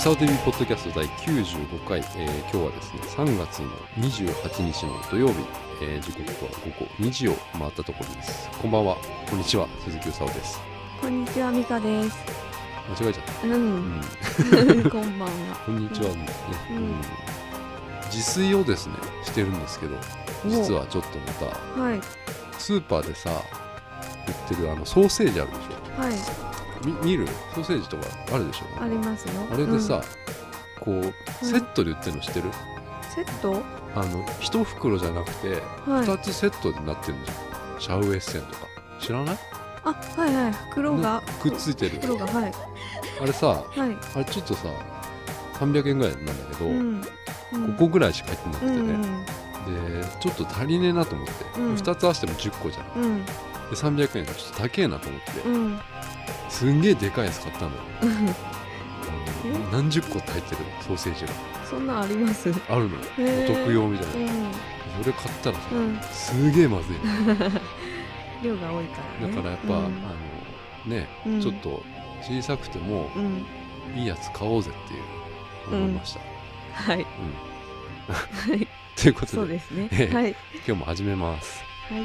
サオ TV ポッドキャスト第95回、今日はですね3月の28日の土曜日、時刻は午後2時を回ったところです。こんばんは、こんにちは、鈴木うさおです。 こんにちは、ミカです。 間違えちゃった。 こんばんは。 こんにちはね、自炊をですねしてるんですけど、実はちょっとまた、 はい、 スーパーでさ売ってるソーセージあるでしょ。 はい。 見るソーセージとかあるでしょ。 ありますよ。 あれでさ、こうセットで売ってるの知ってる？ セット 1袋じゃなくて、2つセットになってるんですよ。シャウエッセンとか知らない？ あ、はいはい。袋がくっついてる。 袋が、はい。 あれさ、 はい、 あれちょっとさ300円ぐらいなんだけど、5個ぐらいしか入ってなくてね、でちょっと足りねえなと思って、2つ合わせても10個じゃん、で300円がちょっと高えなと思って、すんげえでかいやつ買ったのよ。何十個って入ってるソーセージが。 そんなんあります？ あるの、お得用みたいな、それ買ったらさ、すげえまずいの量が多いからね。 だからやっぱ、ね、ちょっと小さくても、いいやつ買おうぜっていう思いました。 はい、 ということで、 そうですね、はい、 今日も始めます。 はい。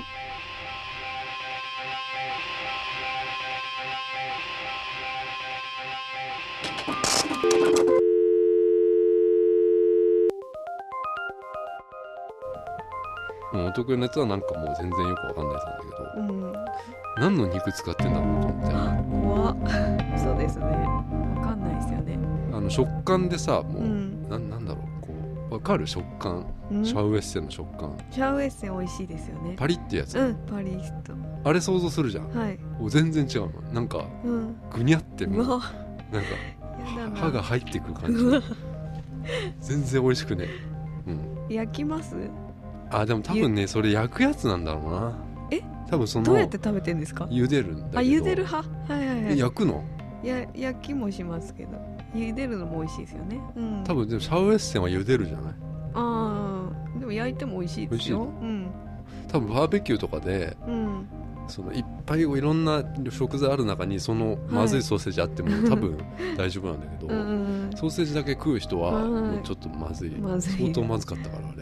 お得のやつはなんかもう全然よくわかんないやつなんだけど、何の肉使ってんだろうと思って。 怖っ。そうですね、わかんないですよね。 食感でさ、もう、なんだろう、こうわかる食感、シャウエッセンの食感。 シャウエッセン美味しいですよね。 パリってやつ、 パリッと。 あれ想像するじゃん、もう全然違うの。なんか、ぐにゃってもうなんか歯が入ってくる感じ。全然美味しくね。 焼きます？ でも多分ね、それ焼くやつなんだろうな。多分どうやって食べてんですか？ 茹でるんだけど。 茹でる派？ 焼くの？ 焼きもしますけど、茹でるのも美味しいですよね。 多分でもシャウエッセンは茹でるじゃない。 でも焼いても美味しいですよ。 多分バーベキューとかで、そのいっぱいいろんな食材ある中にそのまずいソーセージあっても多分大丈夫なんだけど、ソーセージだけ食う人はもうちょっとまずい、相当まずかったからあれ。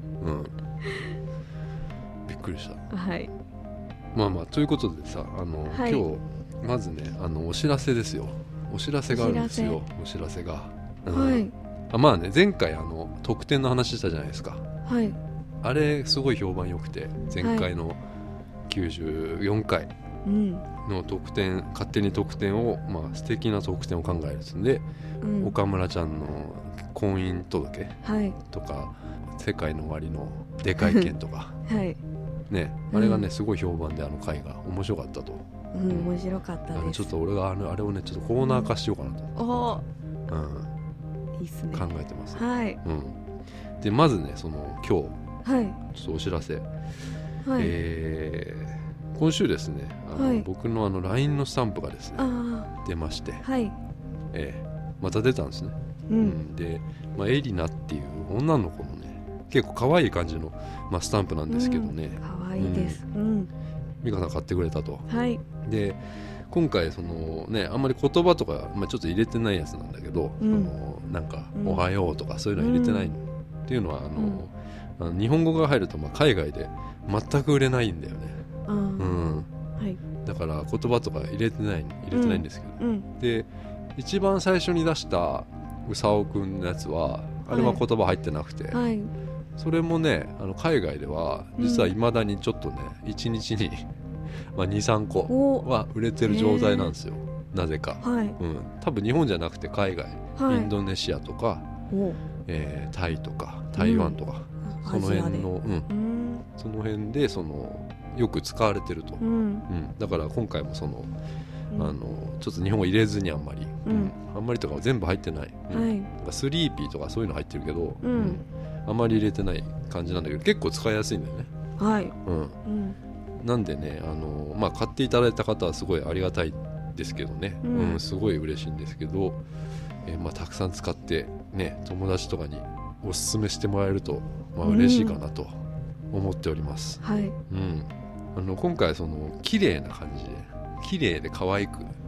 びっくりした。まあということでさ、今日まずね、お知らせですよ。お知らせがあるんですよ。お知らせが、まあね、前回特典の話したじゃないですか。あれすごい評判良くて、前回の94回の特典、勝手に特典を、素敵な特典を考えるんですんで、岡村ちゃんの婚姻届とか、世界の終わりのでかい件とか、ね、あれがねすごい評判で、回が面白かったと。 面白かったです。 ちょっと俺があれをねちょっとコーナー化しようかなと、 いいっすね、 考えてます。でまずね、その今日、ちょっとお知らせ、今週ですね、僕のLINE のスタンプがですね出まして、また出たんですね。で、エリナっていう女の子のね、結構可愛い感じの、スタンプなんですけどね、 可愛いです。 美香さん買ってくれたと。で今回そのね、あんまり言葉とか、ちょっと入れてないやつなんだけど、なんかおはようとかそういうのは入れてない、っていうのは日本語が入ると海外で全く売れないんだよね。だから言葉とか入れてないんですけど、で一番最初に出したうさおくんのやつはあれは言葉入ってなくて、それもね海外では実はいまだにちょっとね、1日に2、3個は売れてる状態なんですよ、なぜか。多分日本じゃなくて海外、インドネシアとか、タイとか台湾とか、その辺の、その辺でよく使われてると。だから今回もちょっと日本語入れずにあんまりとか全部入ってない、スリーピーとかそういうの入ってるけど、あんまり入れてない感じなんだけど、結構使いやすいんだよね。なんでね、買っていただいた方はすごいありがたいですけどね、すごい嬉しいんですけど、たくさん使ってね、友達とかにおすすめしてもらえると、嬉しいかなと思っております。今回はその綺麗な感じで、綺麗で可愛く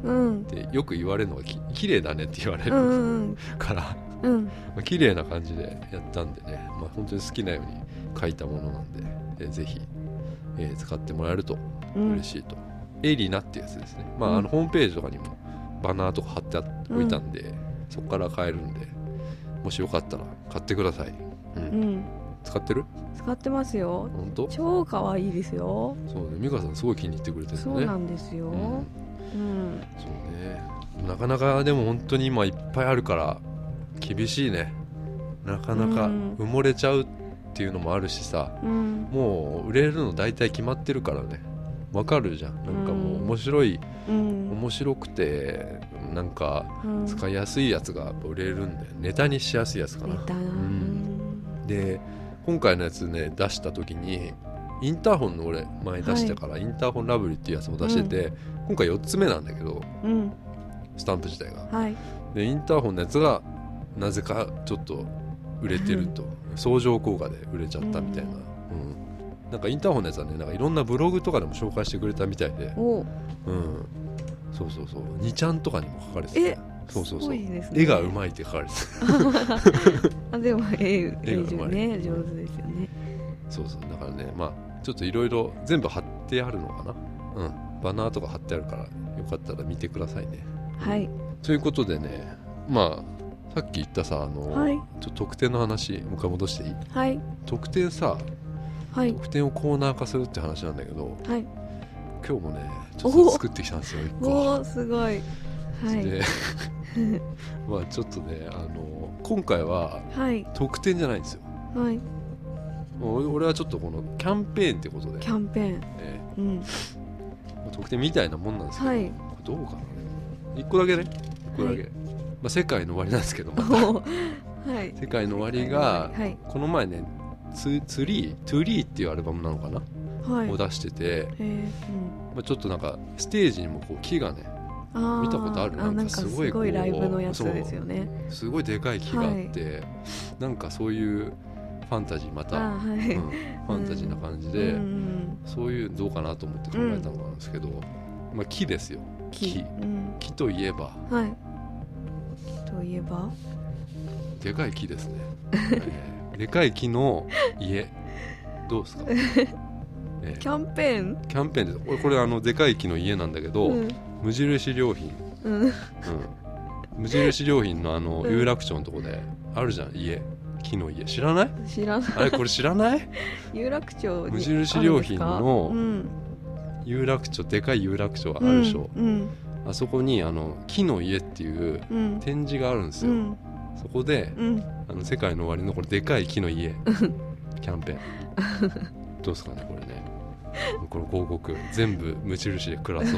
ってよく言われるのが綺麗だねって言われるから、綺麗な感じでやったんでね、本当に好きなように書いたものなんで、ぜひ、使ってもらえると嬉しいと。エリナってやつですね。ホームページとかにもバナーとか貼っておいたんで、そこから買えるんで、もしよかったら買ってください。使ってる？ 使ってますよ。 本当？ 超可愛いですよ。 そうね、美香さんすごい気に入ってくれてるね。 そうなんですよ。 そうね。なかなかでも本当に今いっぱいあるから厳しいね。なかなか埋もれちゃうっていうのもあるしさ、もう売れるの大体決まってるからね。わかるじゃん。なんかもう面白くてなんか使いやすいやつが売れるんだよ。ネタにしやすいやつかな。で今回のやつね出した時にインターホンの俺前出したから、インターホンラブリーっていうやつも出してて、今回4つ目なんだけど、スタンプ自体が、でインターホンのやつがなぜかちょっと売れてると、相乗効果で売れちゃったみたいな、なんかインターホンのやつはね、なんかいろんなブログとかでも紹介してくれたみたいで、そう2ちゃんとかにも書かれてて、そう絵がうまいって書かれてたでも絵がうまいね、上手ですよね。 そうだからね、ちょっといろいろ全部貼ってあるのかな、バナーとか貼ってあるからよかったら見てくださいね。ということでね、さっき言ったさ、ちょっと特典の話もう一回戻していい？特典さ、特典をコーナー化するって話なんだけど、今日もねちょっと作ってきたんですよ、1個。 すごい。 でちょっとね、今回は特典じゃないんですよ。俺はちょっとこのキャンペーンってことで、 キャンペーン、 特典みたいなもんなんですけど、どうかな、1個だけね、1個だけ、世界の終わりなんですけど、世界の終わりが、この前ねトゥリーっていうアルバムなのかな、を出してて、ちょっとなんかステージにもこう木がね、見たことある？なんかすごいライブのやつですよね。 すごいでかい木があって、なんかそういうファンタジー、また、ファンタジーな感じで、そういうどうかなと思って考えたのなんですけど、木ですよ。木といえば、でかい木ですね。でかい木の家、どうですか？ キャンペーンです。これでかい木の家なんだけど、無印良品、無印良品の有楽町のとこであるじゃん、木の家。知らない？あれこれ知らない？ 有楽町に無印良品の有楽町、でかい有楽町あるでしょ、あそこに木の家っていう展示があるんですよ、そこで、世界の終わりのこれでかい木の家キャンペーンどうですかね、これね。この広告全部無印で暮らそう、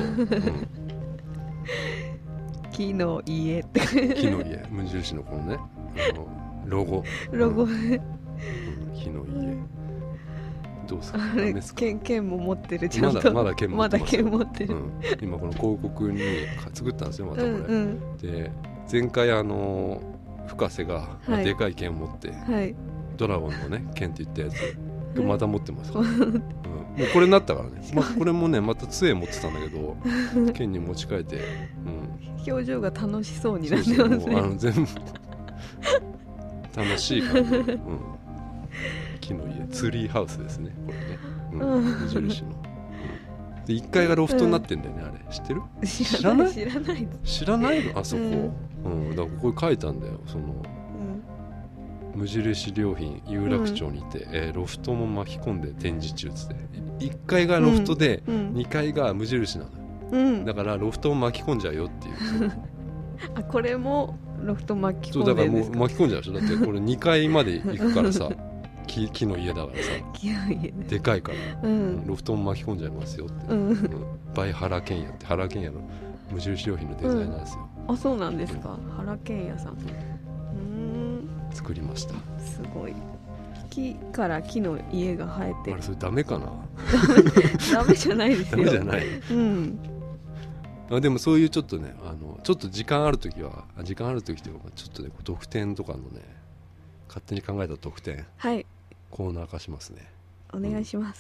木の家って木の家、無印のこのねロゴ、木の家、どうですか？ダメですか？ 剣も持ってる、ちゃんとまだ剣持ってます。 持ってる、 今この広告に作ったんですよ、またこれ、で前回深瀬がでかい剣を持って、ドラゴンのね剣って言ったやつまた持ってますから、もうこれになったからね、これもねまた杖持ってたんだけど剣に持ち替えて、 表情が楽しそうになってますね。 全部楽しい感じ、木の家、ツリーハウスですね、これね、無印の、で1階がロフトになってんだよね、あれ知ってる？知らないの？あそこ、だからここ書いたんだよ、その、無印良品有楽町にて、ロフトも巻き込んで展示中つって、1階がロフトで、2階が無印なの、だからロフトも巻き込んじゃうよっていう、 これもロフト巻き込んでるんですか？ そうだからもう巻き込んじゃうでしょ、だってこれ2階まで行くからさ木の家だからさ、でかいから、ロフトも巻き込んじゃいますよって、バイ原健也って原健也の無印良品のデザイナーですよ。 あ、そうなんですか。原健也さん、 作りました。 すごい。木から木の家が生えてる。 あれそれダメかな？ ダメじゃないですよ。 ダメじゃない。でもそういうちょっとね、ちょっと時間ある時というかちょっとね特典とかのね、勝手に考えた特典、コーナー化しますね。 お願いします。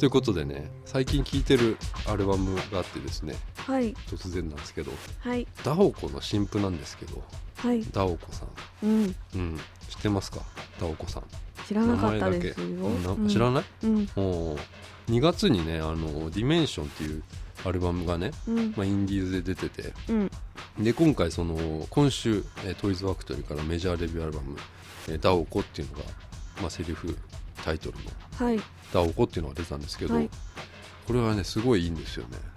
ということでね、最近聴いてるアルバムがあってですね、 はい、 突然なんですけど、 はい、 ダオコの新譜なんですけど、 はい、 ダオコさん、 うん、 うん、知ってますか？ダオコさん知らなかったですよ。 知らない？ うん、 2月にね、ディメンションっていうアルバムがね、 うん、 インディーズで出てて、 うん、 で今回今週、トイズファクトリーからメジャーデビューアルバム、ダオコっていうのが、セリフタイトルの、 はい、 ダオコっていうのが出たんですけど、 はい、 これはねすごいいいんですよね。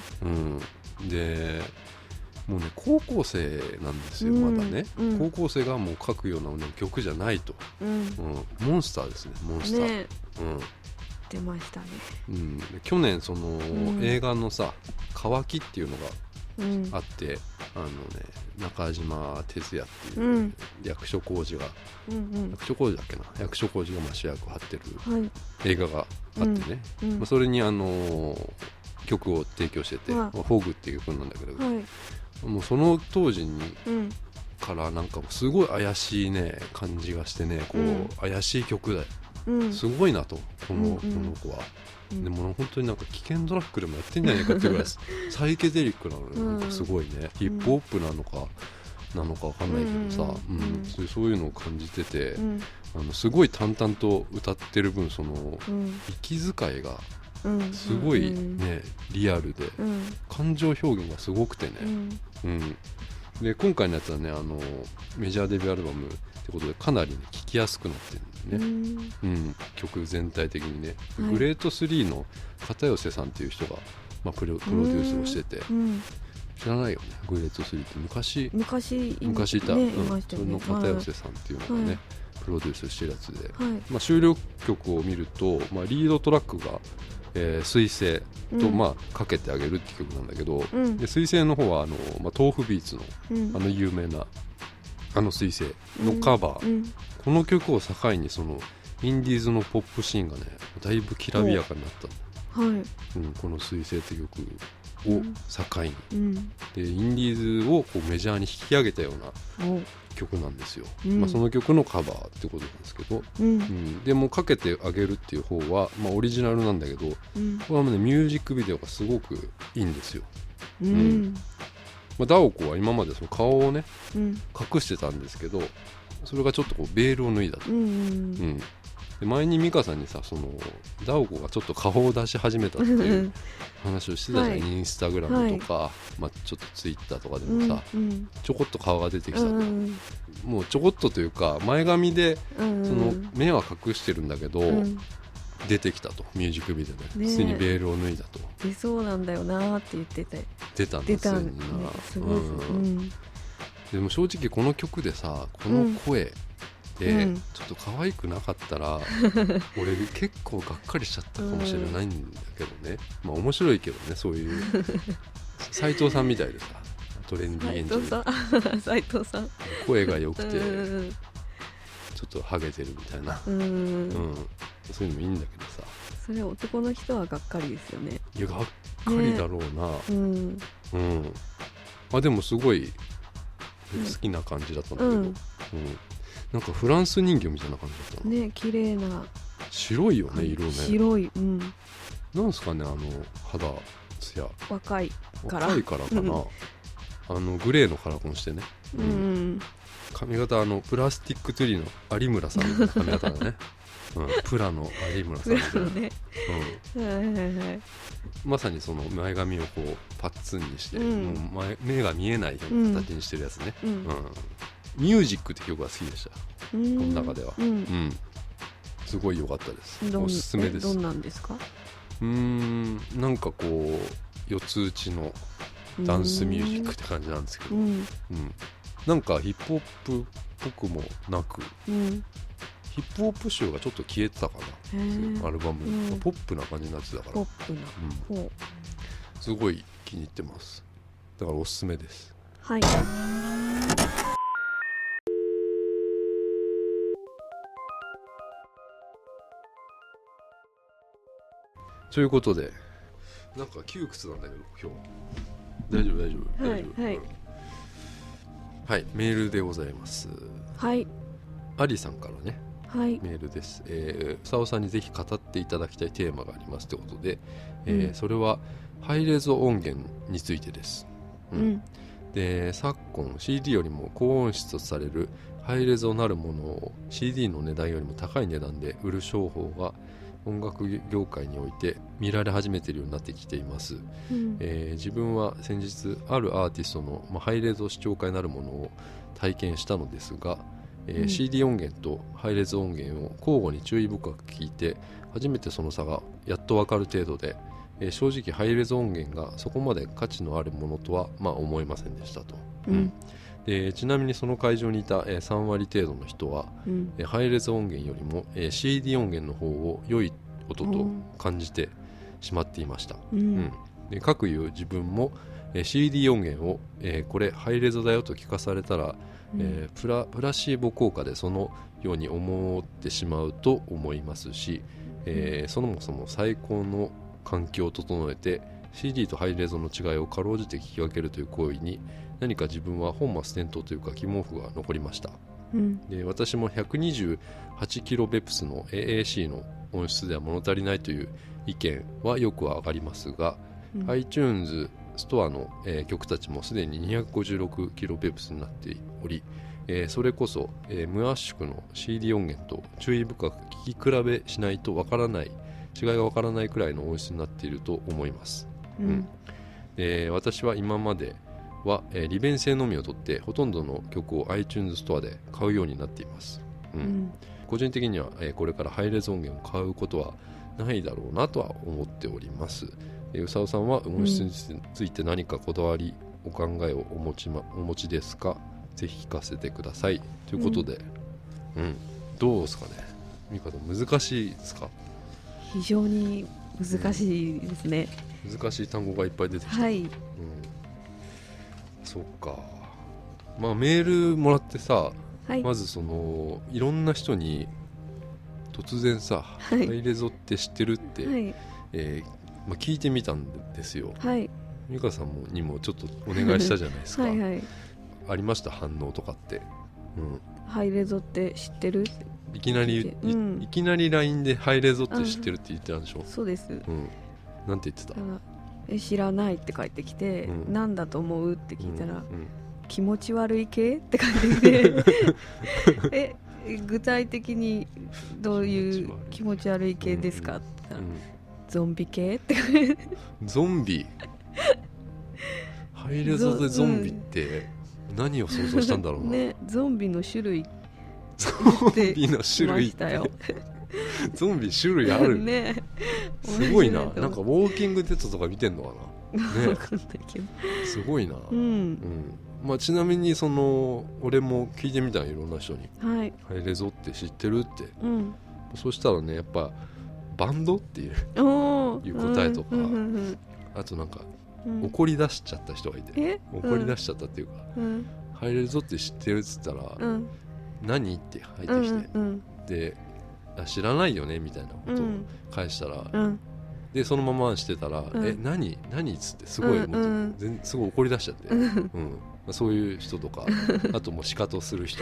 でもうね高校生なんですよ、まだね、高校生がもう書くような、曲じゃないと、モンスターですね、モンスター、 ね、出ましたね。 去年映画のさ乾きっていうのがあって、中島哲也っていう役所広司が、役所広司だっけな、役所広司が主役を張ってる映画があってね、それに曲を提供してて、フォグっていう曲なんだけど、もうその当時にからなんかもうすごい怪しいね感じがしてね、こう怪しい曲だよ、すごいなとこの子は。でも本当になんか危険ドラッグでもやってんじゃないかっていうぐらいサイケデリックなのね、なんかすごいね、ヒップホップなのか分かんないけどさ、そういうのを感じてて、すごい淡々と歌ってる分息遣いがすごいねリアルで、感情表現がすごくてね、で今回のやつはねメジャーデビューアルバムってことでかなり、聴きやすくなってるんだよね、曲全体的にね、グレート3の片寄さんっていう人が、プロデュースをしてて、知らないよね、グレート3って昔いた、それの片寄さんっていうのがね、プロデュースしてるやつで、収録曲を見ると、リードトラックが水星と、かけてあげるって曲なんだけど、で水星の方は豆腐ビーツの、有名な水星のカバー、この曲を境にインディーズのポップシーンがねだいぶきらびやかになったの、この水星って曲を境に、でインディーズをこうメジャーに引き上げたような曲なんですよ、その曲のカバーってことなんですけど、でもかけてあげるっていう方は、オリジナルなんだけど、これはねミュージックビデオがすごくいいんですよ。ダオコは今までその顔をね、隠してたんですけど、それがちょっとこうベールを脱いだと、で前に美香さんにさダオコがちょっと顔を出し始めたっていう話をしてたじゃん、インスタグラムとか、ちょっとツイッターとかでもさ、ちょこっと顔が出てきたと、もうちょこっとというか前髪で目は隠してるんだけど、出てきたと、ミュージックビデオで普通にベールを脱いだと、 出そうなんだよなって言ってて、 出たんですよね、 すごい、 でも正直この曲でさこの声でちょっと可愛くなかったら、俺結構がっかりしちゃったかもしれないんだけどね、面白いけどね、そういう斉藤さんみたいでさ、トレンディエンジン斉藤さん声が良くて、ちょっとハゲてるみたいな、そういうのもいいんだけどさ、 それ男の人はがっかりですよね。 いやがっかりだろうな、でもすごい好きな感じだったんだけど、なんかフランス人形みたいな感じだったね、綺麗な白いよね、色ね、 白い、 なんすかね、肌ツヤ若いからかな、グレーのカラコンしてね、髪型プラスティックトゥリーの有村さんの髪型だねプラの有村さんみたいな、まさにその前髪をこうパッツンにして、もう目が見えないような形にしてるやつね、ミュージックって曲が好きでした、この中では、すごい良かったです、おすすめです。 どんなんですか？ なんかこう四つ打ちのダンスミュージックって感じなんですけど、なんかヒップホップっぽくもなく、ヒップホップ集がちょっと消えてたかな、アルバム、ポップな感じになってたから、 ポップな、 すごい気に入ってます。だからおすすめです。 はい。 ということで、なんか窮屈なんだけど今日大丈夫、はい、メールでございます。 はい。 アリさんからね、 はい、 メールです。うさおさんにぜひ語っていただきたいテーマがありますということで、それはハイレゾ音源についてです。で昨今 CD よりも高音質とされるハイレゾなるものを CD の値段よりも高い値段で売る商法が音楽業界において見られ始めているようになってきています。自分は先日あるアーティストの、ハイレゾ視聴会なるものを体験したのですが、CD 音源とハイレゾ音源を交互に注意深く聞いて初めてその差がやっと分かる程度で、正直ハイレゾ音源がそこまで価値のあるものとは思いませんでしたと。でちなみにその会場にいた3割程度の人は、ハイレゾ音源よりも CD 音源の方を良い音と感じてしまっていました。でかくいう自分も、CD 音源を、これハイレゾだよと聞かされたら、プラシーボ効果でそのように思ってしまうと思いますし、そもそも最高の環境を整えて CD とハイレゾの違いをかろうじて聞き分けるという行為に何か自分は本末転倒というか疑問符が残りました。で私も 128kbps の AAC の音質では物足りないという意見はよくわかりますが、iTunes ストアの、曲たちもすでに 256kbps になっており、それこそ、無圧縮の CD 音源と注意深く聞き比べしないとわからない違いがわからないくらいの音質になっていると思います。で私は今までは、利便性のみを取ってほとんどの曲を iTunes ストアで買うようになっています。個人的には、これからハイレゾ音源を買うことはないだろうなとは思っております。うさおさんは音質について何かこだわり、お考えをお持ちですか？ぜひ聞かせてくださいということで、どうですかね、ミカさん難しいですか？ 非常に難しいですね。 難しい単語がいっぱい出てきた。そっか。メールもらってさ、まずいろんな人に突然さ、ハイレゾって知ってるって、聞いてみたんですよ。美香さんにもちょっとお願いしたじゃないですか。ありました反応とかって？ ハイレゾって知ってる？ いきなり LINE でハイレゾって知ってるって言ってたんでしょ？ そうです。 なんて言ってた？ 知らないって返ってきて、なんだと思うって聞いたら、気持ち悪い系って書いてきて具体的にどういう気持ち悪い系ですかって言ったら、ゾンビ系って書いてゾンビハイレゾでゾンビって何を想像したんだろうな、 ゾンビの種類ゾンビの種類ってゾンビ種類あるすごいな。なんかウォーキングデッドとか見てんのかな分かんないけどすごいな。ちなみに俺も聞いてみたいろんな人に、ハイレゾって知ってるって、そしたらねやっぱバンドっていう答えとか、あとなんか怒り出しちゃった人がいて、怒り出しちゃったっていうか、ハイレゾって知ってるっつったら、何って入ってきて、で知らないよねみたいなことを返したら、でそのまましてたら、何っつってすごい、すごい怒り出しちゃって、そういう人とか、あともうシカトする人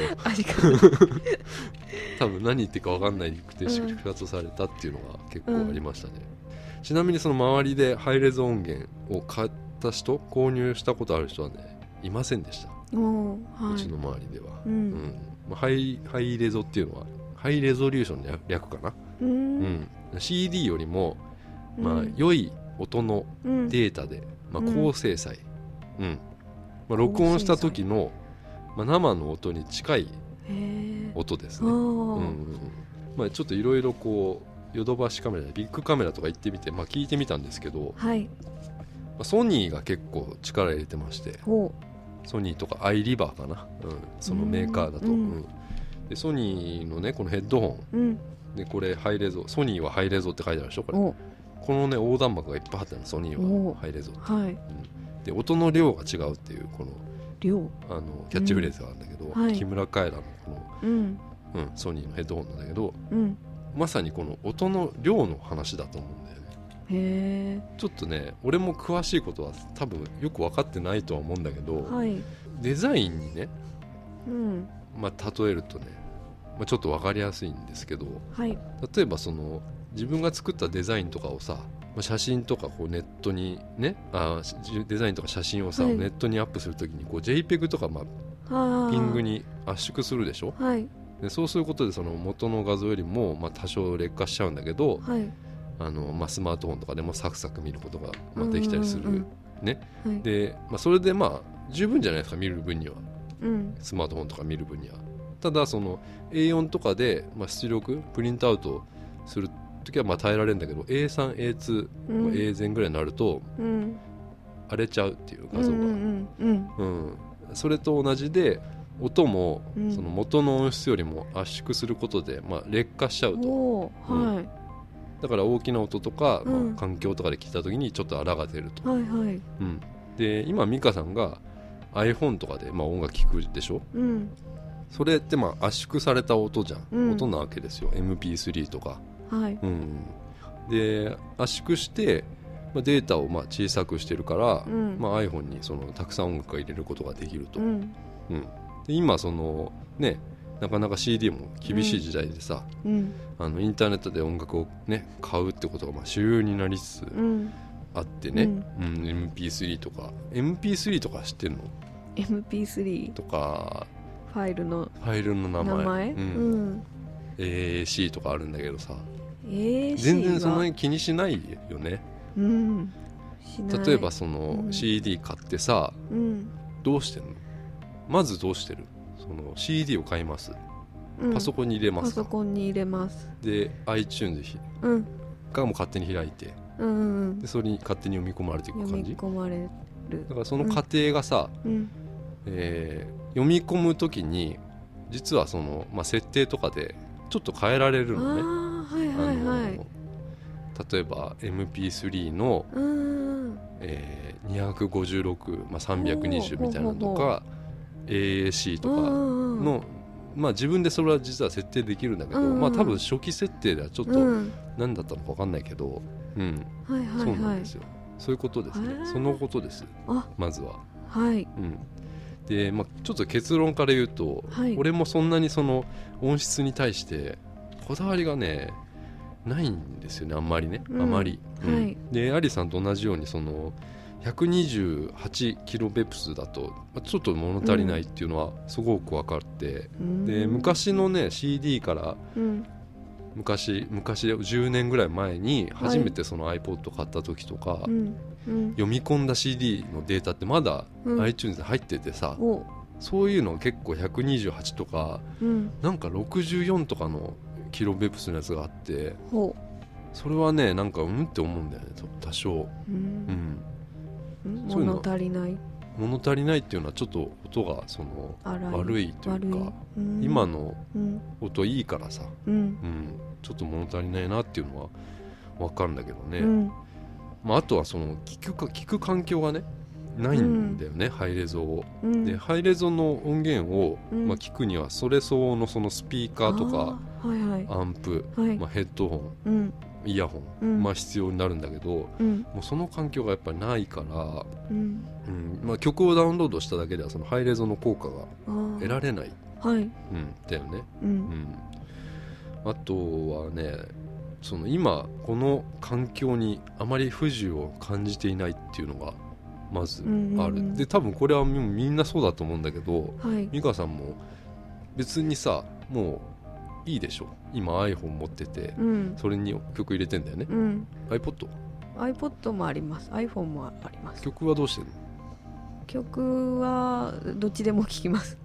多分何言ってるか分かんないくてシカトされたっていうのが結構ありましたね。ちなみにその周りでハイレゾ音源を買った人、購入したことある人はねいませんでした。うちの周りでは。ハイレゾっていうのはハイレゾリューションの略かな。CD よりも、良い音のデータで、高精細、録音した時の、生の音に近い音ですね。ちょっといろいろこうヨドバシカメラ、ビッグカメラとか行ってみて、聞いてみたんですけど、ソニーが結構力入れてまして、ソニーとかアイリバーかな、そのメーカーだと、でソニーのねこのヘッドホン、でこれハイレゾ、ソニーはハイレゾって書いてあるでしょこれ。このね横断幕がいっぱいあったの、ソニーはハイレゾって、で音の量が違うっていうこのキャッチフレーズがあるんだけど、木村カエラのこの、ソニーのヘッドホンなんだけど、まさにこの音の量の話だと思うんだよね。ちょっとね俺も詳しいことは多分よく分かってないとは思うんだけど、デザインにね、例えるとねちょっと分かりやすいんですけど、 はい、 例えばその自分が作ったデザインとかをさ、写真とかこうネットにね、デザインとか写真をさ、ネットにアップするときにこう JPEG とかピングに圧縮するでしょ、 はい、 でそうすることでその元の画像よりも多少劣化しちゃうんだけど、 はい、 スマートフォンとかでもサクサク見ることができたりする、ね、 はい、 で、それで十分じゃないですか、見る分には、スマートフォンとか見る分には。ただその A4 とかで、出力プリントアウトするときは耐えられるんだけど A3、A2、A 前ぐらいになると、荒れちゃうっていう画像が、それと同じで音もその元の音質よりも圧縮することで、劣化しちゃうと、だから大きな音とか、環境とかで聞いた時にちょっと荒が出ると、で今美香さんが iPhone とかで、音楽聴くでしょ、それって圧縮された音じゃん、音なわけですよ MP3 とか、で圧縮してデータを小さくしてるから、iPhone にそのたくさん音楽が入れることができると、で今そのねなかなか CD も厳しい時代でさ、インターネットで音楽をね買うってことが主流になりつつあってね、MP3 とか MP3 とか知ってんの？ MP3 とかファイルの名前、AAC とかあるんだけどさ、 全然そんなに気にしないよね、例えばその CD 買ってさ、どうしてんの？まずどうしてる？その CD を買います、パソコンに入れますか？ パソコンに入れます。 で iTunes がもう勝手に開いて、でそれに勝手に読み込まれていく感じ？ 読み込まれる。 だからその過程がさ、読み込むときに実はその、設定とかでちょっと変えられるのね。例えば MP3 の、256、320みたいなのとかAAC とかの、自分でそれは実は設定できるんだけど、多分初期設定ではちょっと何だったのか分かんないけど、そうなんですよ。そういうことですね。そのことです。まずは。で、ちょっと結論から言うと、俺もそんなにその音質に対してこだわりがねないんですよね、あんまりね、でアリさんと同じようにその128キロベプスだとちょっと物足りないっていうのはすごく分かって、で昔のね CD から、昔10年ぐらい前に初めてその iPod 買った時とか、読み込んだ CD のデータってまだ iTunes で入っててさ、そういうの結構128とか、なんか64とかのキロベプスのやつがあって、それはねなんかって思うんだよね、多少。 物足りないっていうのはちょっと音がその悪いというか、今の音いいからさ、ちょっと物足りないなっていうのは分かるんだけどね、あとはその聞く環境がねないんだよね、ハイレゾを、でハイレゾの音源を、聞くにはそれ相応のそのスピーカーとかアンプ、ヘッドホン、イヤホン、必要になるんだけど、もうその環境がやっぱりないから、曲をダウンロードしただけではそのハイレゾの効果が得られない、だよね。あとはね、その今この環境にあまり不自由を感じていないっていうのがまずある、で多分これはみんなそうだと思うんだけど、美香さんも別にさもういいでしょ、今 iPhone 持ってて、それに曲入れてんだよね、iPod もあります、 iPhone もあります。 曲はどうしてるの？ 曲はどっちでも聴きます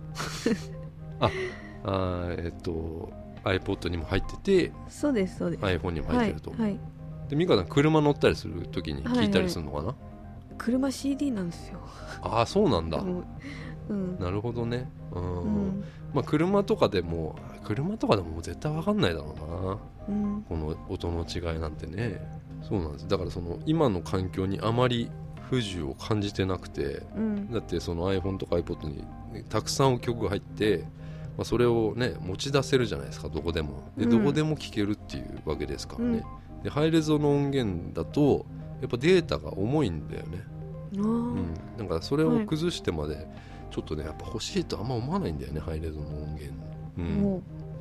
iPod にも入ってて、 そうです iPhone にも入ってると、で美香さん車乗ったりするときに聴いたりするのかな？ 車 CD なんですよ。 そうなんだ、なるほどね。車とかでも絶対分かんないだろうな、この音の違いなんてね。そうなんです。だからその今の環境にあまり不自由を感じてなくて、だってその iPhone とか iPod にたくさん曲が入って、それをね持ち出せるじゃないですか、どこでも。でどこでも聴けるっていうわけですからね。でハイレゾの音源だとやっぱデータが重いんだよね。だからそれを崩してまでちょっとねやっぱ欲しいとあんま思わないんだよね、ハイレゾの音源。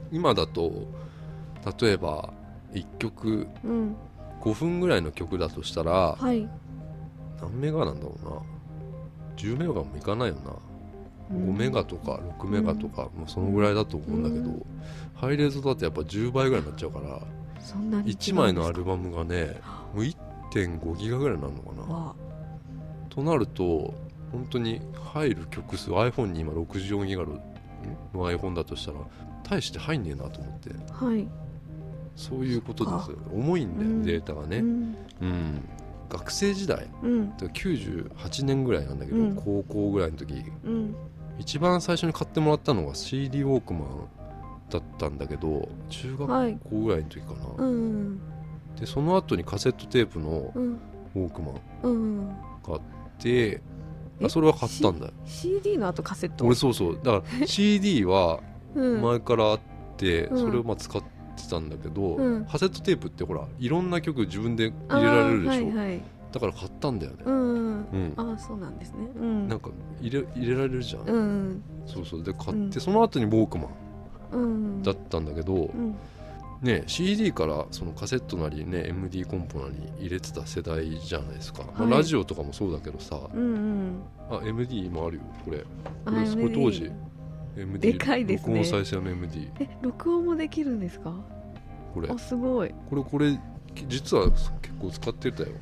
今だと例えば1曲、5分ぐらいの曲だとしたら、はい、何メガなんだろうな、10メガもいかないよな、5メガとか6メガとか、もうそのぐらいだと思うんだけど、ハイレゾだとやっぱ10倍ぐらいになっちゃうから、 そんなに 1枚のアルバムがねもう 1.5 ギガぐらいになるのかな。となると本当に入る曲数 iPhone に今64ギガの iPhone だとしたら大して入んねえなと思って、はい、そういうことです。重いんだよ、データがね、学生時代、98年ぐらいなんだけど、高校ぐらいの時、一番最初に買ってもらったのが CD ウォークマンだったんだけど、中学校ぐらいの時かな、でその後にカセットテープのウォークマン買って、それは買ったんだよ、 CD の後カセット。 俺そうだから CD は前からあって、それを使ってたんだけど、カセットテープってほらいろんな曲自分で入れられるでしょ、だから買ったんだよね。 あ、そうなんですね。 なんか入れられるじゃん。そうで買って、その後にウォークマンだったんだけど、ね、CD からそのカセットなりね MD コンポなり入れてた世代じゃないですか、ラジオとかもそうだけどさ、MD もあるよ、これ当時 MD でかいですね、 録音再生の MD。 録音もできるんですか？ これすごい。 これ実は結構使ってたよ。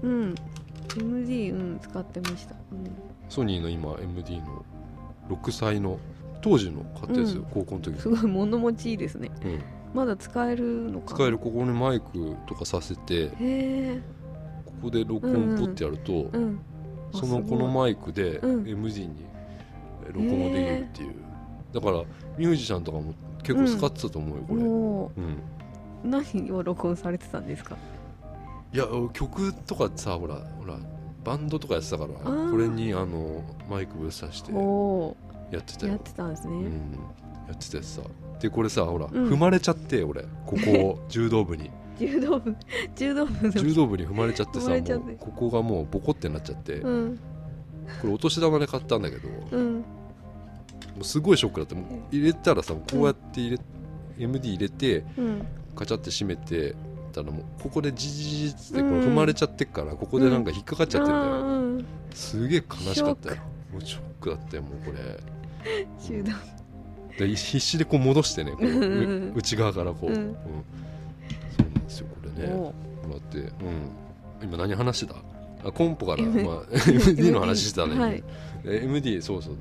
MD 使ってました。 ソニーの今 MD の6歳の当時の買ったやつよ、高校の時。 すごい物持ちいいですね。まだ使えるのか。 使える。ここにマイクとかさせて、ここで録音ポッてやると、このマイクで MD に録音ができるっていう。だからミュージシャンとかも結構使ってたと思うよ、これ。何を録音されてたんですか？ いや、曲とかさ、ほらバンドとかやってたから、これにマイクぶっ刺してやってたよ。 やってたんですね。 やってたやつさ。でこれさ、ほら、踏まれちゃって、俺ここ柔道部に柔道部に踏まれちゃってさ、もうここがもうボコってなっちゃって、これお年玉で買ったんだけど、もうすごいショックだって。もう入れたらさ、こうやってMD 入れて、カチャって閉めてたら、もうここでジジジってこれ踏まれちゃってっから、ここでなんか引っかかっちゃってんだよ。すげえ悲しかったよ。もうショックだったよ、もうこれ。 柔道で必死でこう戻してね、こう内側からこう、そうなんですよ、これね。もらって、今何話してた？コンポから、MD の話してたね。MD、そうだから、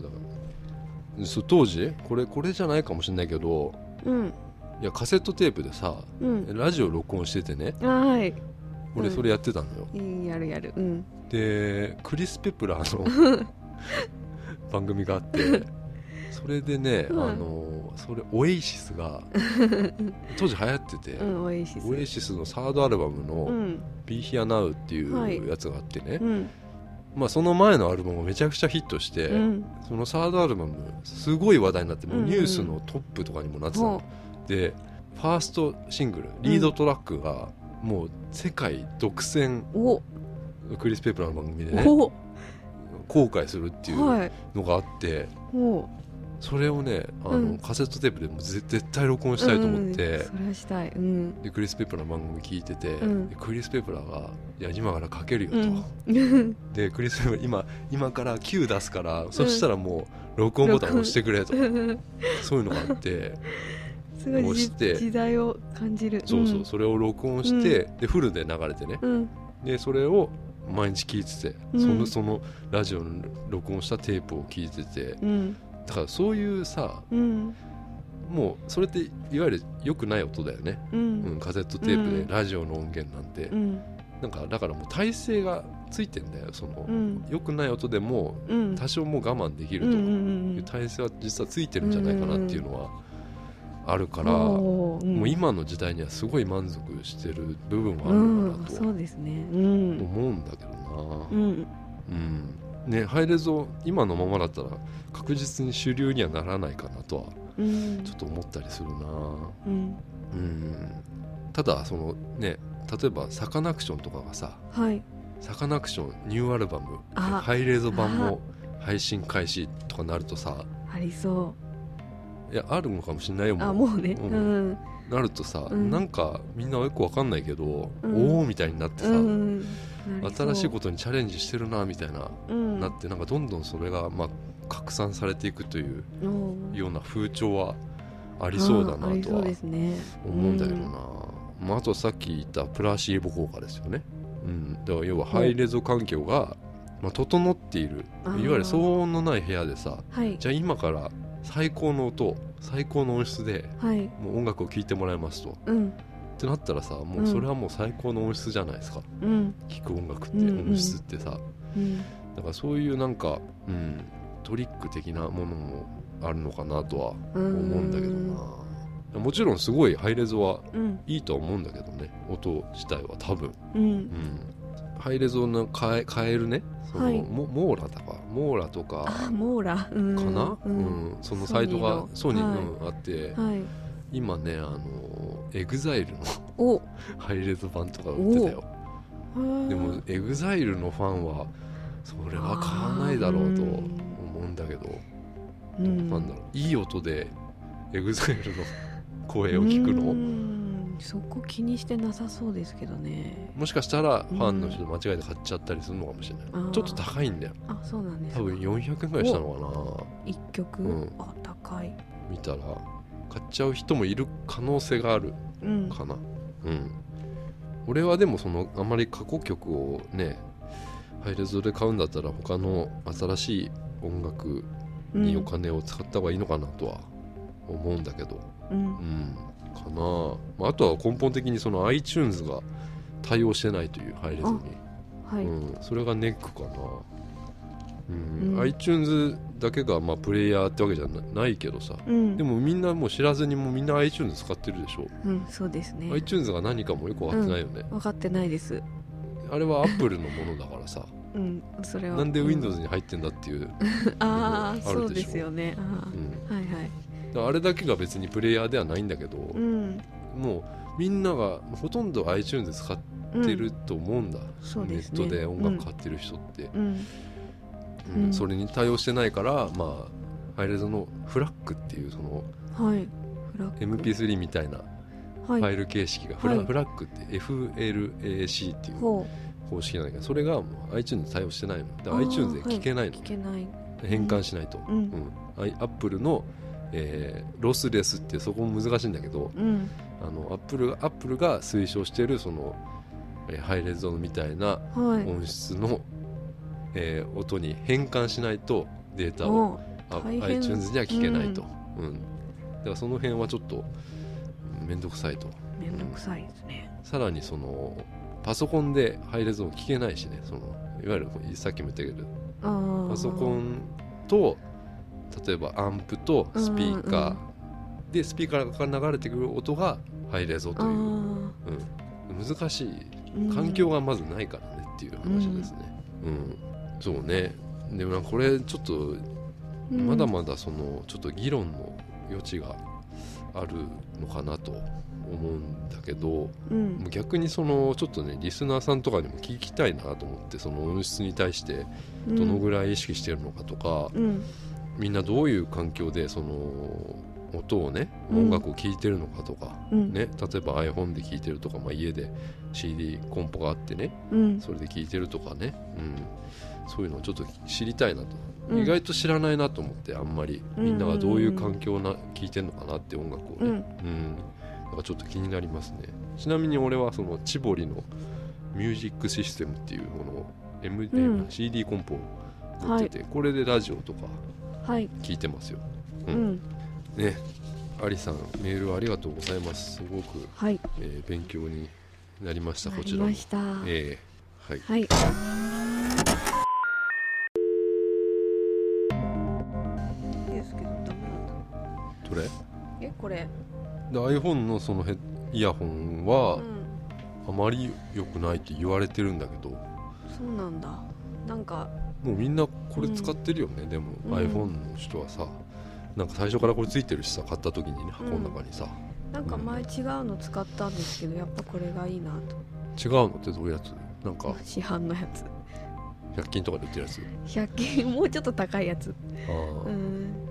当時これじゃないかもしれないけど、いやカセットテープでさ、ラジオ録音しててね、俺それやってたのよ。 やる。 でクリス・ペプラーの番組があって、それでね、それオエイシスが当時流行ってて、オエイシスのサードアルバムの「Be Here Now」っていうやつがあってね、その前のアルバムもめちゃくちゃヒットして、そのサードアルバムすごい話題になって、もうニュースのトップとかにもなってたの。でファーストシングルリードトラックがもう世界独占、クリス・ペプラーの番組でね公開するっていうのがあって、それをね、カセットテープでも絶対録音したいと思って、 それはしたい。 でクリス・ペプラーの番組聞いてて、でクリス・ペプラーがいや今からかけるよと、でクリス・ペプラー今から Q 出すから、そしたらもう録音ボタン押してくれと、そういうのがあってすごい時代を感じる。 それを録音して、でフルで流れてね、でそれを毎日聞いてて、そのラジオの録音したテープを聞いてて、だからそういうさ、もうそれっていわゆる良くない音だよね、カセットテープでラジオの音源なんて、なんかだからもう体勢がついてんだよ。その良くない音でも多少もう我慢できるという体勢は実はついてるんじゃないかなっていうのはあるから、もう今の時代にはすごい満足してる部分はあるのかなと思うんだけどな。ね、ハイレゾ今のままだったら確実に主流にはならないかなとはちょっと思ったりするな。ただそのね、例えばサカナクションとかがさ、サカナクションニューアルバムハイレゾ版も配信開始とかなるとさ、 ありそいやあるのかもしれないよ。 もうね、 なるとさ、なんかみんなよくわかんないけど、おおみたいになってさ、新しいことにチャレンジしてるなみたいな、なってなんかどんどんそれが拡散されていくというような風潮はありそうだなとは思うんだけどな。あとさっき言ったプラシーボ効果ですよね。だから要はハイレゾ環境が整っている、いわゆる騒音のない部屋でさ、じゃあ今から最高の音最高の音質でもう音楽を聴いてもらいますと、ってなったらさ、もうそれはもう最高の音質じゃないですか、聴く音楽って、音質ってさ、だからそういうなんか、トリック的なものもあるのかなとは思うんだけどな。もちろんすごいハイレゾはいいとは思うんだけどね、音自体は多分、ハイレゾの買えるね、モーラとかモーラかな、そのサイトがソニーのあって、今ねエグザイルのハイレゾ版とか売ってたよ。でもエグザイルのファンはそれは買わないだろうと思うんだけど、なんだろう、いい音でエグザイルの声を聞くの、 そこ気にしてなさそうですけどね。 もしかしたらファンの人間違えて買っちゃったりするのかもしれない、ちょっと高いんだよ。 そうなんですか。 多分400円ぐらいしたのかな 1曲、高い。 見たら買っちゃう人もいる可能性があるかな。俺はでもあまり過去曲をねハイレゾで買うんだったら他の新しい音楽にお金を使った方がいいのかなとは思うんだけど、かな。あとは根本的にiTunes が対応してないというハイレゾに、それがネックかな。iTunes だけがプレイヤーってわけじゃないけどさ、でもみんなもう知らずにもみんな iTunes 使ってるでしょ。 そうですね。 iTunes が何かもよく分かってないよね。 分かってないです。 あれは Apple のものだからさ、 それはなんで Windows に入ってんだっていうあるでしょ。そうですよね。 あれだけが別にプレイヤーではないんだけど、もうみんながほとんど iTunes 使ってると思うんだ、ネットで音楽買ってる人って、それに対応してないから、ハイレゾのフラッグっていうMP3 みたいなファイル形式がフラッグって FLAC っていう方式なんだけど、それがもう iTunes に対応してないので iTunes で聴けないの、変換しないと、Apple のロスレスってそこも難しいんだけど、アップルが推奨しているハイレゾみたいな音質の、音に変換しないとデータをiTunes には聞けないと、だからその辺はちょっとめんどくさいと。 めんどくさいですね。 さらにパソコンでハイレゾを聞けないしね、いわゆるさっきも言ったけどパソコンと例えばアンプとスピーカーでスピーカーから流れてくる音がハイレゾという、難しい環境がまずないからねっていう話ですね。そうね。でもこれちょっとまだまだちょっと議論の余地があるのかなと思うんだけど、逆にちょっとねリスナーさんとかにも聞きたいなと思って、音質に対してどのぐらい意識してるのかとか、みんなどういう環境で音をね、音楽を聴いてるのかとか、ね、例えば iPhone で聴いてるとか、家で CD コンポがあってね、それで聴いてるとかね、そういうのをちょっと知りたいなと、意外と知らないなと思って、あんまりみんながどういう環境聴いてるのかなって音楽をね、だからちょっと気になりますね。ちなみに俺はチボリのミュージックシステムっていうものを、CD コンポを持ってて、これでラジオとか聞いてますよ。ね、アリさんメールありがとうございます。すごく、勉強になりました。こちらも。はい。ですけどダメなんだ。どれ？これ。で iPhone のイヤホンは、あまり良くないって言われてるんだけど。 そうなんだ。なんかもうみんなこれ使ってるよね。でも iPhone の人はさ。なんか最初からこれついてるしさ、買った時にね、箱の中にさ、 なんか前違うの使ったんですけど、やっぱこれがいいなと。 違うのってどういうやつ？なんか市販のやつ、 100均とかで売ってるやつ？ 100均もうちょっと高いやつ。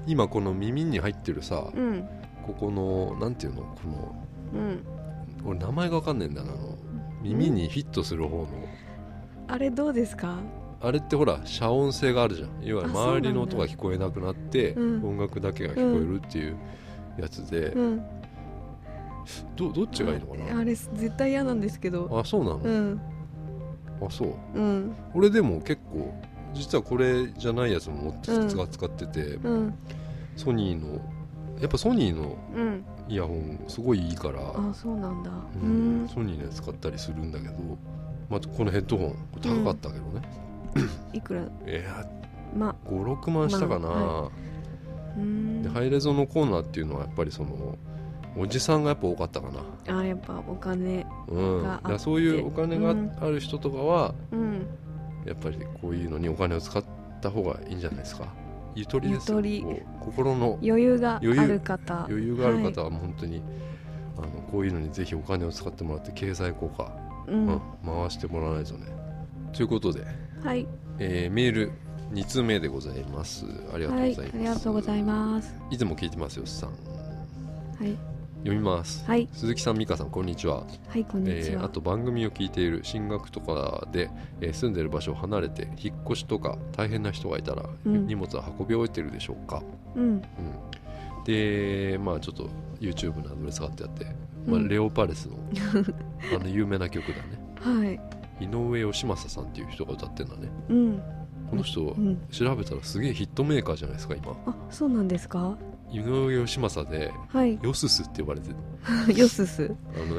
今この耳に入ってるさ、ここのなんていうの、この、俺名前が分かんないんだな、耳にフィットする方の、 あれどうですか？ あれってほら遮音性があるじゃん。いわゆる周りの音が聞こえなくなって、音楽だけが聞こえるっていうやつで、どっちがいいのかな。 あれ絶対嫌なんですけど。 あ、そうなの？あ、そう、俺でも結構実はこれじゃないやつも持って使ってて、ソニーのやっぱソニーのイヤホンすごいいいから、 あ、そうなんだ、 ソニーのやつ使ったりするんだけど、まあ、このヘッドホン高かったけどね、 いくら？いや、 5、6万したかな、でハイレゾのコーナーっていうのはやっぱりそのおじさんがやっぱ多かったかな。 やっぱお金がだそういうお金がある人とかは、やっぱりこういうのにお金を使った方がいいんじゃないですか。ゆとりですよ。心の余裕がある方は本当にこういうのにぜひお金を使ってもらって経済効果、回してもらわないとね。ということで、メール2通目でございます。ありがとうございます。 ありがとうございます。 いつも聞いてますよ、さん。読みます、鈴木さん、美香さん、こんにちは。 こんにちは。 あと番組を聞いている、進学とかで、住んでる場所を離れて引っ越しとか大変な人がいたら、荷物は運び終えてるでしょうか。で、まあちょっと YouTube などで使ってやって、レオパレスの有名な曲だね、井上義正さんっていう人が歌ってるんだね。この人、調べたらすげえヒットメーカーじゃないですか今。 あ、そうなんですか。 井上義正で、ヨススって呼ばれてるヨスス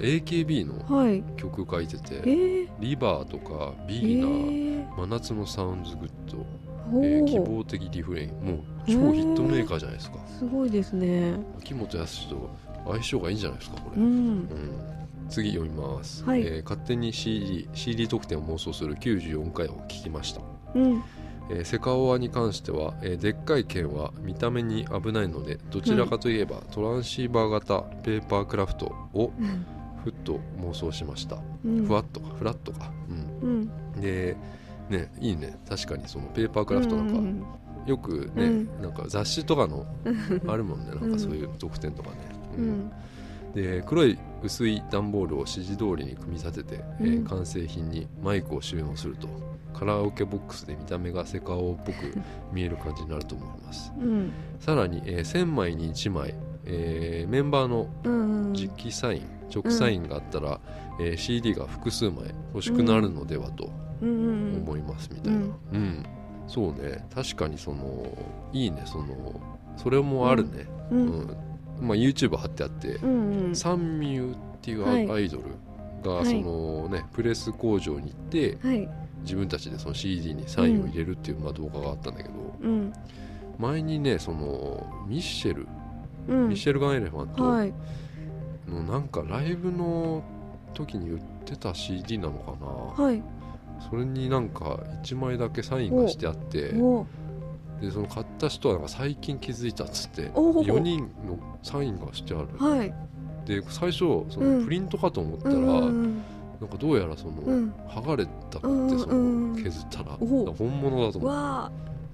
AKB の曲書いてて、リバーとかビギナー、真夏のサウンズグッド、希望的リフレイン、もう超ヒットメーカーじゃないですか。 すごいですね。 秋元康と相性がいいんじゃないですかこれ。次読みます、勝手に CD 特典を妄想する94回を聞きました。セカオワに関しては、でっかい剣は見た目に危ないので、どちらかといえば、トランシーバー型ペーパークラフトをふっと妄想しました。ふわっとかフラットか、でね、いいね。確かにそのペーパークラフトなんか、よくね、なんか雑誌とかのあるもんね、なんかそういう特典とかね、で黒い薄い段ボールを指示通りに組み立てて、完成品にマイクを収納すると、カラオケボックスで見た目がセカオっぽく見える感じになると思います。さらに、1000枚に1枚、メンバーの直サイン、直サインがあったら、CD が複数枚欲しくなるのではと思いますみたいな。そうね、確かにそのいいね、それもあるね。まあ、YouTube 貼ってあって、サンミューっていうアイドルがその、プレス工場に行って、自分たちでその CD にサインを入れるっていう、動画があったんだけど、前にね、そのミッシェルガン・エレファントのなんかライブの時に売ってた CD なのかな、それになんか1枚だけサインがしてあって、でその買った人はなんか最近気づいたっつって4人のサインがしてある、で最初そのプリントかと思ったら、なんかどうやらその、剥がれたって、その削ったら、本物だと思って、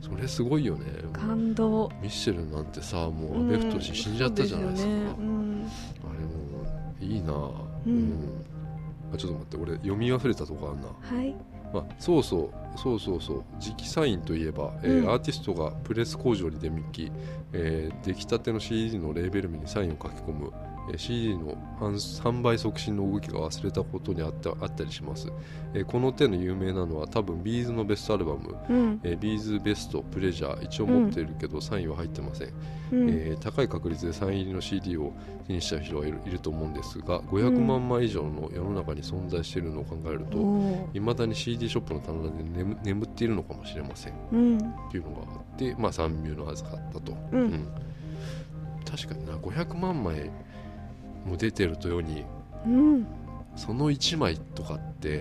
それすごいよね。 感動。 ミッシェルなんてさ、もう阿部太死んじゃったじゃないですか。あれもいいな。ちょっと待って、俺読み忘れたとこあんな。そうそう直サインといえば、アーティストがプレス工場に出向き、出来たての CD のレーベル名にサインを書き込む、CD の販売促進の動きが忘れたことにあったりします。この手の有名なのは多分ビーズのベストアルバム、ビーズベストプレジャー、一応持っているけどサインは入ってません。高い確率でサイン入りの CD を手にした人がいると思うんですが、500万枚以上の世の中に存在しているのを考えると、未だに CD ショップの棚で眠っているのかもしれません、っていうのがあって、サンミューの預かったと。確かにな、500万枚も出てるとように、その1枚とかって、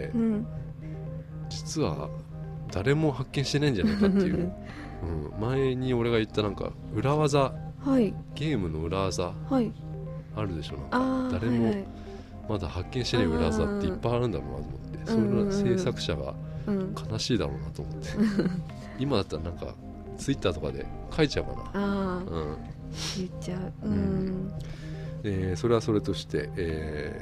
実は誰も発見してないんじゃないかっていう、前に俺が言ったなんか裏技、ゲームの裏技、あるでしょ。なんか誰もまだ発見してない裏技っていっぱいあるんだろうなと思って、それの制作者が悲しいだろうなと思って今だったらなんかツイッターとかで書いちゃうかな。 言っちゃう。 それはそれとして、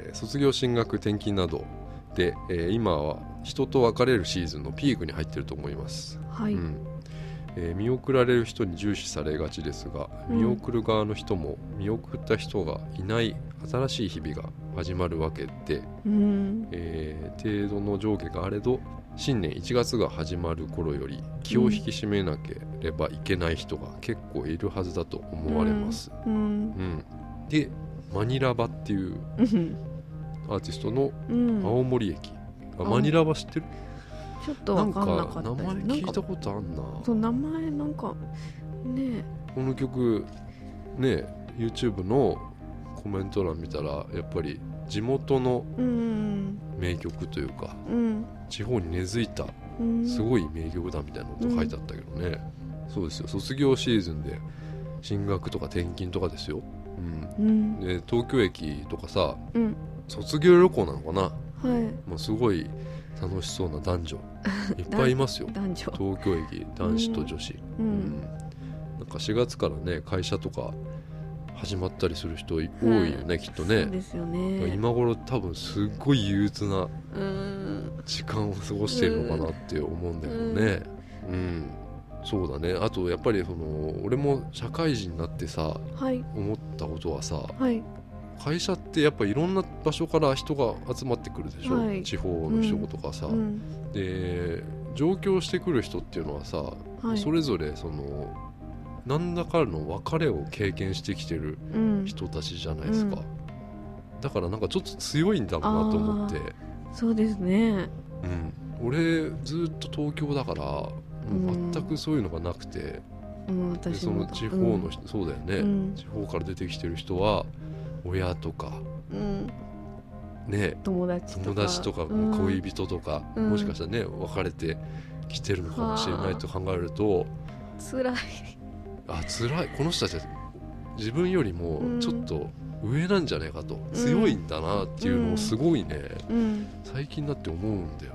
卒業進学転勤などで、今は人と別れるシーズンのピークに入っていると思います。見送られる人に重視されがちですが、見送る側の人も見送った人がいない新しい日々が始まるわけで、程度の上下があれど新年1月が始まる頃より気を引き締めなければいけない人が結構いるはずだと思われます。でマニラバっていうアーティストの青森駅、マニラバ知ってる？ ちょっと分かんなかった。 名前聞いたことあんな。 そう、名前なんかね、 この曲ね YouTube のコメント欄見たらやっぱり地元の名曲というか、地方に根付いたすごい名曲だみたいなこと書いてあったけどね、そうですよ。卒業シーズンで進学とか転勤とかですよ。で東京駅とかさ、卒業旅行なのかな、もうすごい楽しそうな男女いっぱいいますよ東京駅、男子と女子、なんか4月からね会社とか始まったりする人多いよね、きっとね。 そうですよね。 今頃多分すっごい憂鬱な時間を過ごしているのかなって思うんだけどね。そうだね。あとやっぱり俺も社会人になってさ、思ったことはさ、会社ってやっぱいろんな場所から人が集まってくるでしょ、地方の人とかさ、で上京してくる人っていうのはさ、それぞれ何らかの別れを経験してきてる人たちじゃないですか、だからなんかちょっと強いんだろうなと思って。 そうですね、 俺ずっと東京だから全くそういうのがなくて、でその地方の人、そうだよね、地方から出てきてる人は親とか、ね、友達とか恋人とか、もしかしたらね別れてきてるのかもしれないと考えると辛い。 辛い。この人たちは自分よりもちょっと上なんじゃないかと、強いんだなっていうのをすごいね、最近になって思うんだよ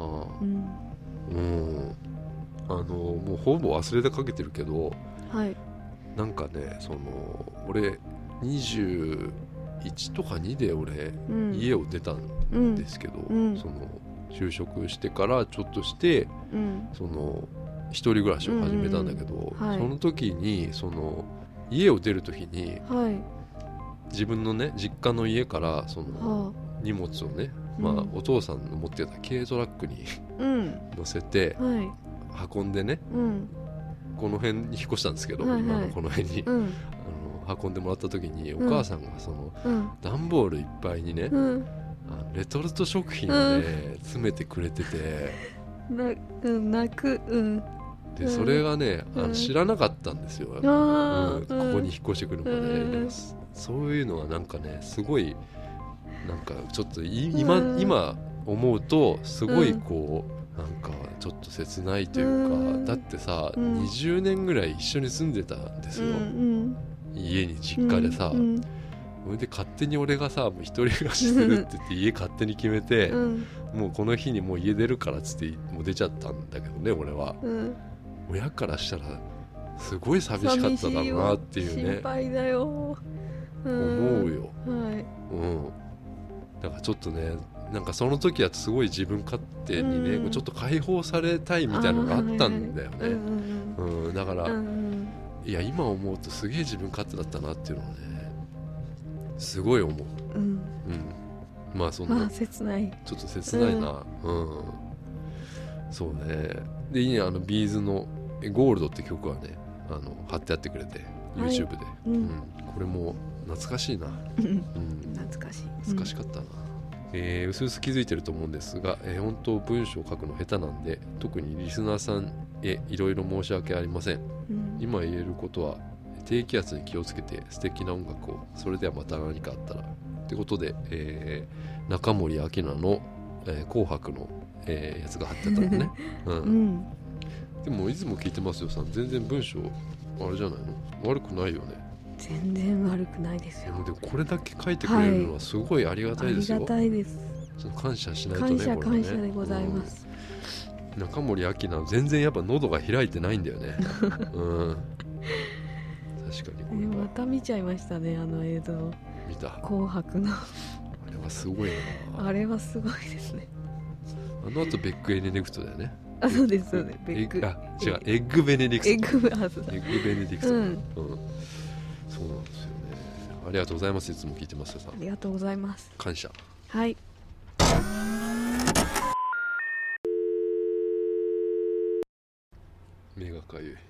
な。もうほぼ忘れてかけてるけど、なんかね俺21とか2で俺、家を出たんですけど、就職してからちょっとして、一人暮らしを始めたんだけど、その時に家を出る時に、自分のね実家の家から荷物をね、お父さんの持ってた軽トラックに乗せて、運んでね、この辺に引っ越したんですけど、今のこの辺に、運んでもらった時に、お母さんが段ボールいっぱいにね、レトルト食品をね、詰めてくれてて、 泣く。 でそれがね、知らなかったんですよ、ここに引っ越してくるまで、でもそういうのはなんかねすごいなんかちょっと今思うとすごいなんかちょっと切ないというか、だってさ、20年ぐらい一緒に住んでたんですよ、家に実家でさ、それで勝手に俺がさもう一人暮らしするって言って家勝手に決めて、もうこの日にもう家出るからっつってもう出ちゃったんだけどね、俺は、親からしたらすごい寂しかっただろうなっていうね、 心配だよ、 思うよ、だからちょっとね、なんかその時はすごい自分勝手にね、ちょっと解放されたいみたいなのがあったんだよね、だから、いや今思うとすげえ自分勝手だったなっていうのはねすごい思う。まあそんな、 切ない、 ちょっと切ないな。そうね。でいいね、ビーズのゴールドって曲はね貼ってあってくれて YouTube で、これも懐かしいな。 懐かしい。 懐かしかったな。うすうす気づいてると思うんですが、本当文章を書くの下手なんで、特にリスナーさんへいろいろ申し訳ありません。今言えることは、低気圧に気をつけて素敵な音楽を。それではまた何かあったらってことで、中森明菜の、紅白の、やつが貼ってたんだね、でもいつも聞いてますよさん、全然文章あれじゃないの、悪くないよね。 全然悪くないですよ。 でもこれだけ書いてくれるのはすごいありがたいですよ、 ありがたいです。 感謝しないとね、 感謝でございます。 中森明菜の全然やっぱ喉が開いてないんだよねうん確かにこれはまた見ちゃいましたね、あの映像。 見た。 紅白のあれはすごいな。 あれはすごいですね。 あの後ベックエネディクトだよね。 あ、そうですそうです。 違う、エッグベネディクト。エッグベネディクト、そうなんですよね。ありがとうございます。いつも聞いてますよ。 ありがとうございます。 感謝。 はい。 目がかゆい。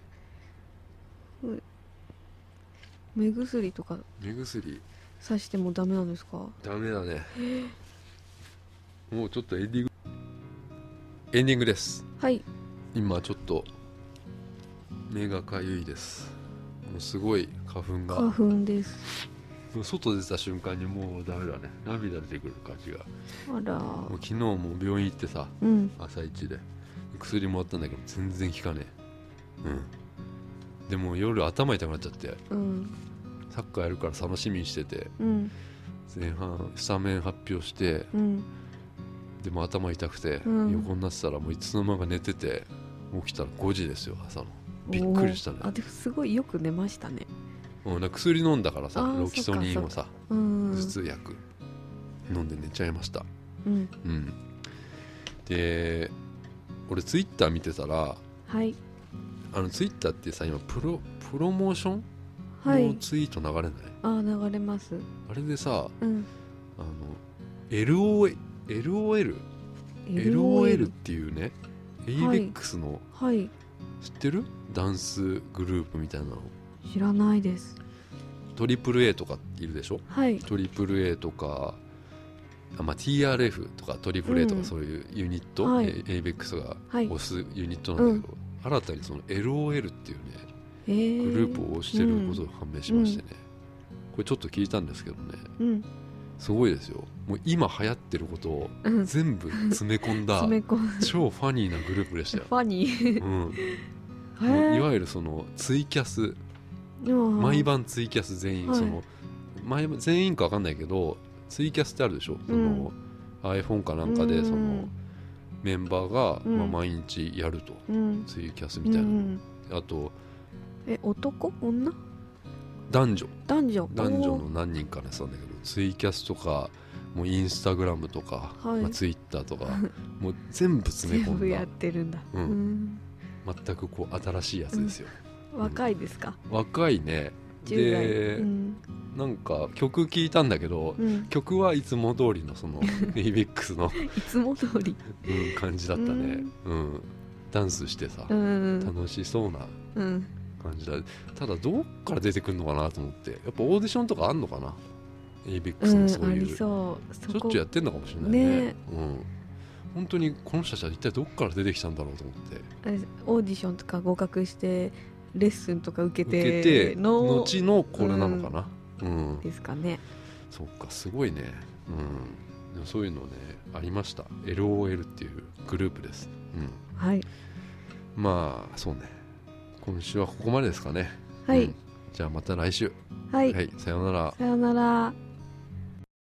目薬とか目薬さしてもダメなんですか？ ダメだね。もうちょっとエンディングです。 はい。 今ちょっと目がかゆいです。もうすごい花粉が。 花粉です。 外出た瞬間にもうダメだね。涙出てくる感じが。 あら。 もう昨日も病院行ってさ、朝一で薬もらったんだけど全然効かねえ。でも夜頭痛くなっちゃって、サッカーやるから楽しみにしてて、前半スタメン発表して、でも頭痛くて、横になってたらもういつの間にか寝てて、起きたら5時ですよ、朝の。びっくりしたね。 あ、でもすごいよく寝ましたね。 薬飲んだからさ、ロキソニンをさ、頭痛薬飲んで寝ちゃいました。で俺ツイッター見てたら、ツイッターってさ、今プロモーションのツイート流れない？ 流れます。 あれでさ、LOL っていうね、ABEX の、知ってる？ダンスグループみたいなの。 知らないです。 トリプル A とかいるでしょ？トリプル A とか、TRF とかトリプル A とかそういうユニット、ABEX が推すユニットなんだけど、新たにその LOL っていうね、グループを推してることが判明しましてね、これちょっと聞いたんですけどね、すごいですよ。もう今流行ってることを全部詰め込んだ超ファニーなグループでしたよ。 ファニー、 もういわゆるそのツイキャス、毎晩ツイキャス全員、その全員か分かんないけどツイキャスってあるでしょ、その iPhone かなんかでそのメンバーが毎日やると、ツイキャスみたいな、あと男？女？ 男女の何人かね、そうなんだけど、ツイキャスとかもうインスタグラムとか、ツイッターとかもう全部詰め込んだ、 全部やってるんだ。 全くこう新しいやつですよ。 若いですか？ 若いね。で、なんか曲聴いたんだけど、曲はいつも通りのそのABEX のいつも通り、 感じだったね。ダンスしてさ、楽しそうな感じだ。ただどっから出てくるのかなと思って、やっぱオーディションとかあんのかな、ABEX のそういう、しょっちゅうやってんのかもしれないね。本当にこの人たちは一体どっから出てきたんだろうと思って。 オーディションとか合格してレッスンとか受けての後のこれなのかな、 ですかね。 そっか、すごいね。でもそういうのねありました。 LOL っていうグループです。まあそうね、今週はここまでですかね。じゃあまた来週。さようなら。 さようなら。